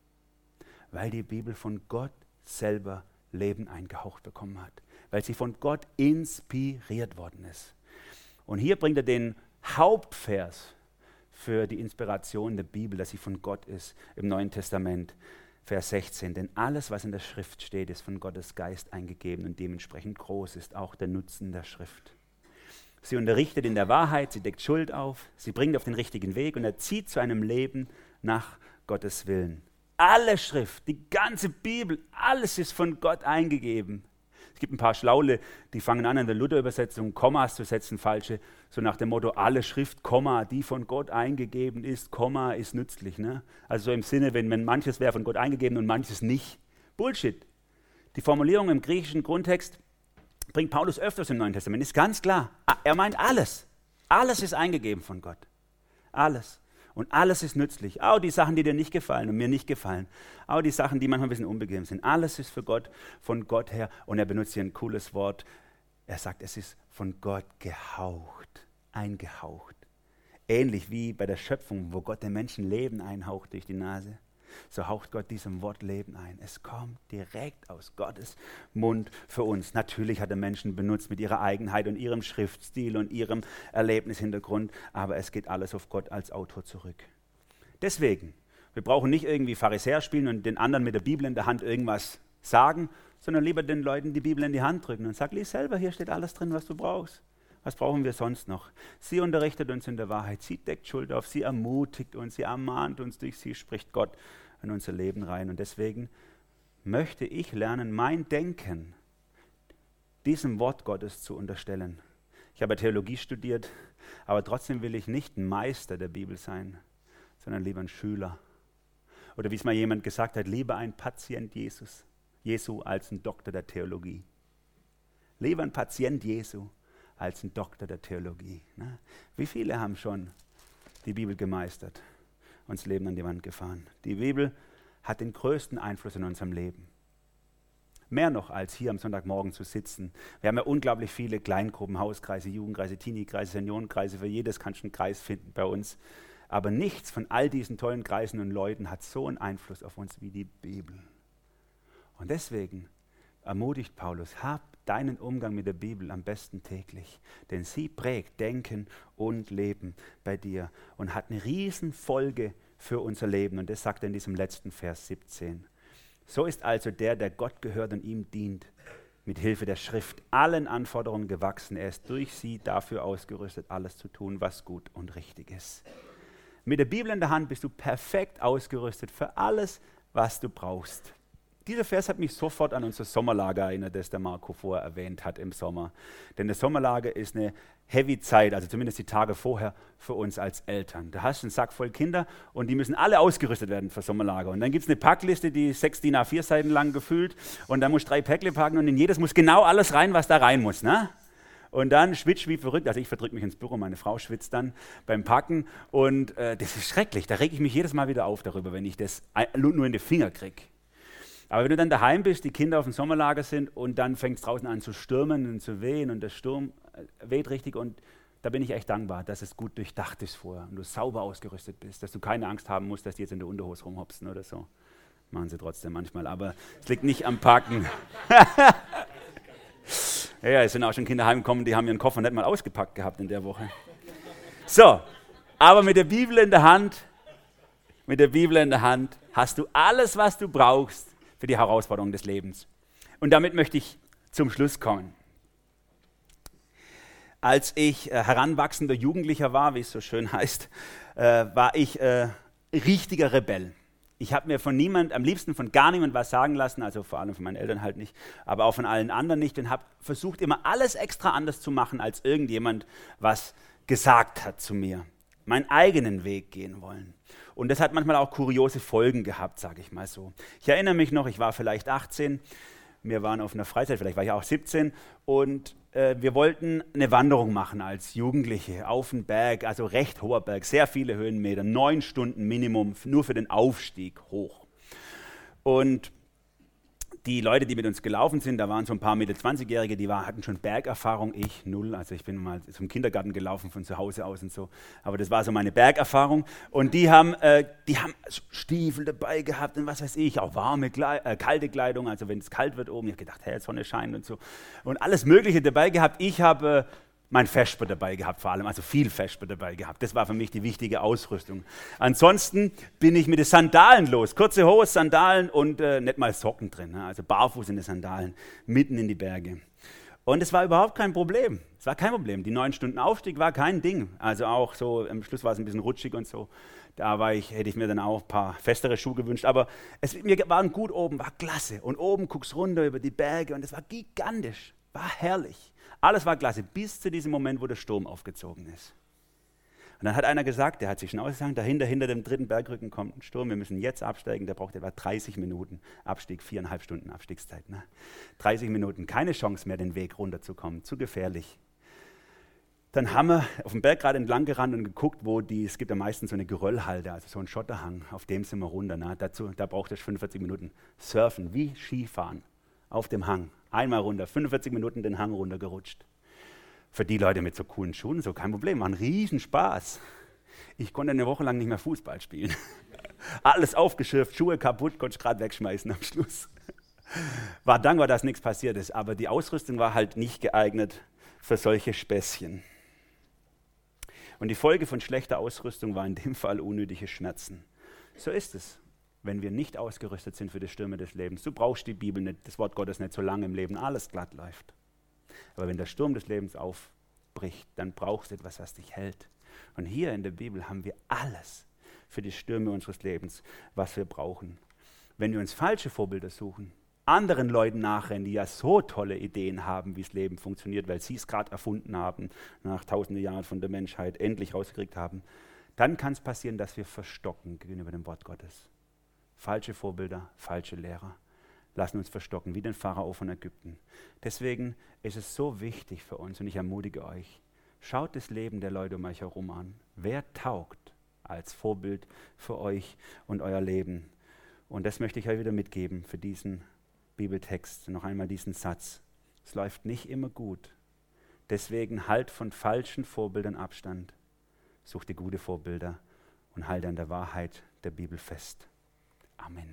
Weil die Bibel von Gott selber Leben eingehaucht bekommen hat. Weil sie von Gott inspiriert worden ist. Und hier bringt er den Hauptvers für die Inspiration der Bibel, dass sie von Gott ist, im Neuen Testament. Vers sechzehn, denn alles, was in der Schrift steht, ist von Gottes Geist eingegeben und dementsprechend groß ist auch der Nutzen der Schrift. Sie unterrichtet in der Wahrheit, sie deckt Schuld auf, sie bringt auf den richtigen Weg und erzieht zu einem Leben nach Gottes Willen. Alle Schrift, die ganze Bibel, alles ist von Gott eingegeben. Es gibt ein paar Schlaule, die fangen an, in der Luther-Übersetzung Kommas zu setzen, falsche, so nach dem Motto, alle Schrift, Komma, die von Gott eingegeben ist, Komma ist nützlich. Ne? Also so im Sinne, wenn, wenn manches wäre von Gott eingegeben und manches nicht. Bullshit. Die Formulierung im griechischen Grundtext bringt Paulus öfters im Neuen Testament, ist ganz klar. Er meint alles. Alles ist eingegeben von Gott. Alles. Und alles ist nützlich. Auch die Sachen, die dir nicht gefallen und mir nicht gefallen. Auch die Sachen, die manchmal ein bisschen unbequem sind. Alles ist für Gott, von Gott her. Und er benutzt hier ein cooles Wort. Er sagt, es ist von Gott gehaucht, eingehaucht. Ähnlich wie bei der Schöpfung, wo Gott den Menschen Leben einhaucht durch die Nase. So haucht Gott diesem Wort Leben ein. Es kommt direkt aus Gottes Mund für uns. Natürlich hat er Menschen benutzt mit ihrer Eigenheit und ihrem Schriftstil und ihrem Erlebnishintergrund, aber es geht alles auf Gott als Autor zurück. Deswegen, wir brauchen nicht irgendwie Pharisäer spielen und den anderen mit der Bibel in der Hand irgendwas sagen, sondern lieber den Leuten die Bibel in die Hand drücken und sagen, lies selber, hier steht alles drin, was du brauchst. Was brauchen wir sonst noch? Sie unterrichtet uns in der Wahrheit, sie deckt Schuld auf, sie ermutigt uns, sie ermahnt uns, durch sie spricht Gott in unser Leben rein. Und deswegen möchte ich lernen, mein Denken diesem Wort Gottes zu unterstellen. Ich habe Theologie studiert, aber trotzdem will ich nicht ein Meister der Bibel sein, sondern lieber ein Schüler. Oder wie es mal jemand gesagt hat, lieber ein Patient Jesus, Jesu als ein Doktor der Theologie. Lieber ein Patient Jesu als ein Doktor der Theologie. Ne? Wie viele haben schon die Bibel gemeistert und das Leben an die Wand gefahren? Die Bibel hat den größten Einfluss in unserem Leben. Mehr noch als hier am Sonntagmorgen zu sitzen. Wir haben ja unglaublich viele Kleingruppen, Hauskreise, Jugendkreise, Teenie-Kreise, Seniorenkreise. Für jedes kannst du einen Kreis finden bei uns. Aber nichts von all diesen tollen Kreisen und Leuten hat so einen Einfluss auf uns wie die Bibel. Und deswegen ermutigt Paulus, hab deinen Umgang mit der Bibel am besten täglich, denn sie prägt Denken und Leben bei dir und hat eine Riesenfolge für unser Leben. Und das sagt er in diesem letzten Vers siebzehn. So ist also der, der Gott gehört und ihm dient, mit Hilfe der Schrift allen Anforderungen gewachsen. Er ist durch sie dafür ausgerüstet, alles zu tun, was gut und richtig ist. Mit der Bibel in der Hand bist du perfekt ausgerüstet für alles, was du brauchst. Dieser Vers hat mich sofort an unser Sommerlager erinnert, das der Marco vorher erwähnt hat im Sommer. Denn das Sommerlager ist eine heavy Zeit, also zumindest die Tage vorher für uns als Eltern. Da hast du einen Sack voll Kinder und die müssen alle ausgerüstet werden für Sommerlager. Und dann gibt es eine Packliste, die sechs D I N A vier Seiten lang gefüllt und dann musst du drei Päckle packen und in jedes muss genau alles rein, was da rein muss, ne? Und dann schwitzt wie verrückt, also ich verdrücke mich ins Büro, meine Frau schwitzt dann beim Packen und äh, das ist schrecklich. Da rege ich mich jedes Mal wieder auf darüber, wenn ich das nur in die Finger kriege. Aber wenn du dann daheim bist, die Kinder auf dem Sommerlager sind und dann fängt es draußen an zu stürmen und zu wehen und der Sturm weht richtig und da bin ich echt dankbar, dass es gut durchdacht ist vorher und du sauber ausgerüstet bist, dass du keine Angst haben musst, dass die jetzt in der Unterhose rumhopsen oder so. Machen sie trotzdem manchmal, aber es liegt nicht am Packen. Ja, es sind auch schon Kinder heimgekommen, die haben ihren Koffer nicht mal ausgepackt gehabt in der Woche. So, aber mit der Bibel in der Hand, mit der Bibel in der Hand hast du alles, was du brauchst für die Herausforderungen des Lebens. Und damit möchte ich zum Schluss kommen. Als ich äh, heranwachsender Jugendlicher war, wie es so schön heißt, äh, war ich äh, richtiger Rebell. Ich habe mir von niemand, am liebsten von gar niemand was sagen lassen, also vor allem von meinen Eltern halt nicht, aber auch von allen anderen nicht und habe versucht, immer alles extra anders zu machen, als irgendjemand was gesagt hat zu mir. Meinen eigenen Weg gehen wollen. Und das hat manchmal auch kuriose Folgen gehabt, sage ich mal so. Ich erinnere mich noch, ich war vielleicht achtzehn, wir waren auf einer Freizeit, vielleicht war ich auch siebzehn und äh, wir wollten eine Wanderung machen als Jugendliche auf den Berg, also recht hoher Berg, sehr viele Höhenmeter, neun Stunden Minimum nur für den Aufstieg hoch. Und die Leute, die mit uns gelaufen sind, da waren so ein paar Mitte zwanzigjährige, die war, hatten schon Bergerfahrung, ich null, also ich bin mal zum Kindergarten gelaufen von zu Hause aus und so, aber das war so meine Bergerfahrung und die haben, äh, die haben Stiefel dabei gehabt und was weiß ich, auch warme, Gle- äh, kalte Kleidung, also wenn es kalt wird oben, ich habe gedacht, hey, Sonne scheint und so und alles mögliche dabei gehabt, ich habe äh, mein Vesper dabei gehabt vor allem, also viel Vesper dabei gehabt. Das war für mich die wichtige Ausrüstung. Ansonsten bin ich mit den Sandalen los. Kurze Hose, Sandalen und äh, nicht mal Socken drin. Ne? Also barfuß in den Sandalen, mitten in die Berge. Und es war überhaupt kein Problem. Es war kein Problem. Die neun Stunden Aufstieg war kein Ding. Also auch so, am Schluss war es ein bisschen rutschig und so. Da war ich, hätte ich mir dann auch ein paar festere Schuhe gewünscht. Aber es, wir waren gut oben, war klasse. Und oben guckst runter über die Berge und es war gigantisch, war herrlich. Alles war klasse, bis zu diesem Moment, wo der Sturm aufgezogen ist. Und dann hat einer gesagt, der hat sich schon ausgesagt, dahinter, hinter dem dritten Bergrücken kommt ein Sturm, wir müssen jetzt absteigen, der braucht etwa dreißig Minuten Abstieg, viereinhalb Stunden Abstiegszeit. Ne? dreißig Minuten, keine Chance mehr, den Weg runterzukommen, zu gefährlich. Dann haben wir auf dem Berg gerade entlang gerannt und geguckt, wo die, es gibt ja meistens so eine Geröllhalde, also so einen Schotterhang, auf dem sind wir runter. Ne? Dazu, da braucht es fünfundvierzig Minuten Surfen, wie Skifahren auf dem Hang. Einmal runter, fünfundvierzig Minuten den Hang runtergerutscht. Für die Leute mit so coolen Schuhen, so kein Problem, war ein Riesenspaß. Ich konnte eine Woche lang nicht mehr Fußball spielen. Alles aufgeschürft, Schuhe kaputt, konnte ich gerade wegschmeißen am Schluss. War dankbar, dass nichts passiert ist, aber die Ausrüstung war halt nicht geeignet für solche Späßchen. Und die Folge von schlechter Ausrüstung war in dem Fall unnötige Schmerzen. So ist es. Wenn wir nicht ausgerüstet sind für die Stürme des Lebens. Du brauchst die Bibel nicht, das Wort Gottes nicht, solange im Leben alles glatt läuft. Aber wenn der Sturm des Lebens aufbricht, dann brauchst du etwas, was dich hält. Und hier in der Bibel haben wir alles für die Stürme unseres Lebens, was wir brauchen. Wenn wir uns falsche Vorbilder suchen, anderen Leuten nachrennen, die ja so tolle Ideen haben, wie das Leben funktioniert, weil sie es gerade erfunden haben, nach tausenden Jahren von der Menschheit endlich rausgekriegt haben, dann kann es passieren, dass wir verstocken gegenüber dem Wort Gottes. Falsche Vorbilder, falsche Lehrer lassen uns verstocken, wie den Pharao von Ägypten. Deswegen ist es so wichtig für uns und ich ermutige euch, schaut das Leben der Leute um euch herum an. Wer taugt als Vorbild für euch und euer Leben? Und das möchte ich euch wieder mitgeben für diesen Bibeltext noch einmal diesen Satz. Es läuft nicht immer gut. Deswegen halt von falschen Vorbildern Abstand. Such dir gute Vorbilder und halte an der Wahrheit der Bibel fest. Amen.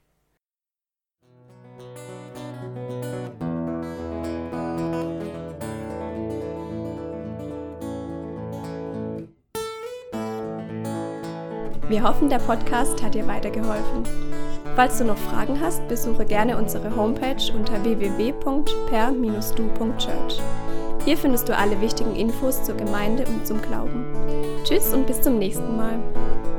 Wir hoffen, der Podcast hat dir weitergeholfen. Falls du noch Fragen hast, besuche gerne unsere Homepage unter w w w punkt per Bindestrich du punkt church. Hier findest du alle wichtigen Infos zur Gemeinde und zum Glauben. Tschüss und bis zum nächsten Mal.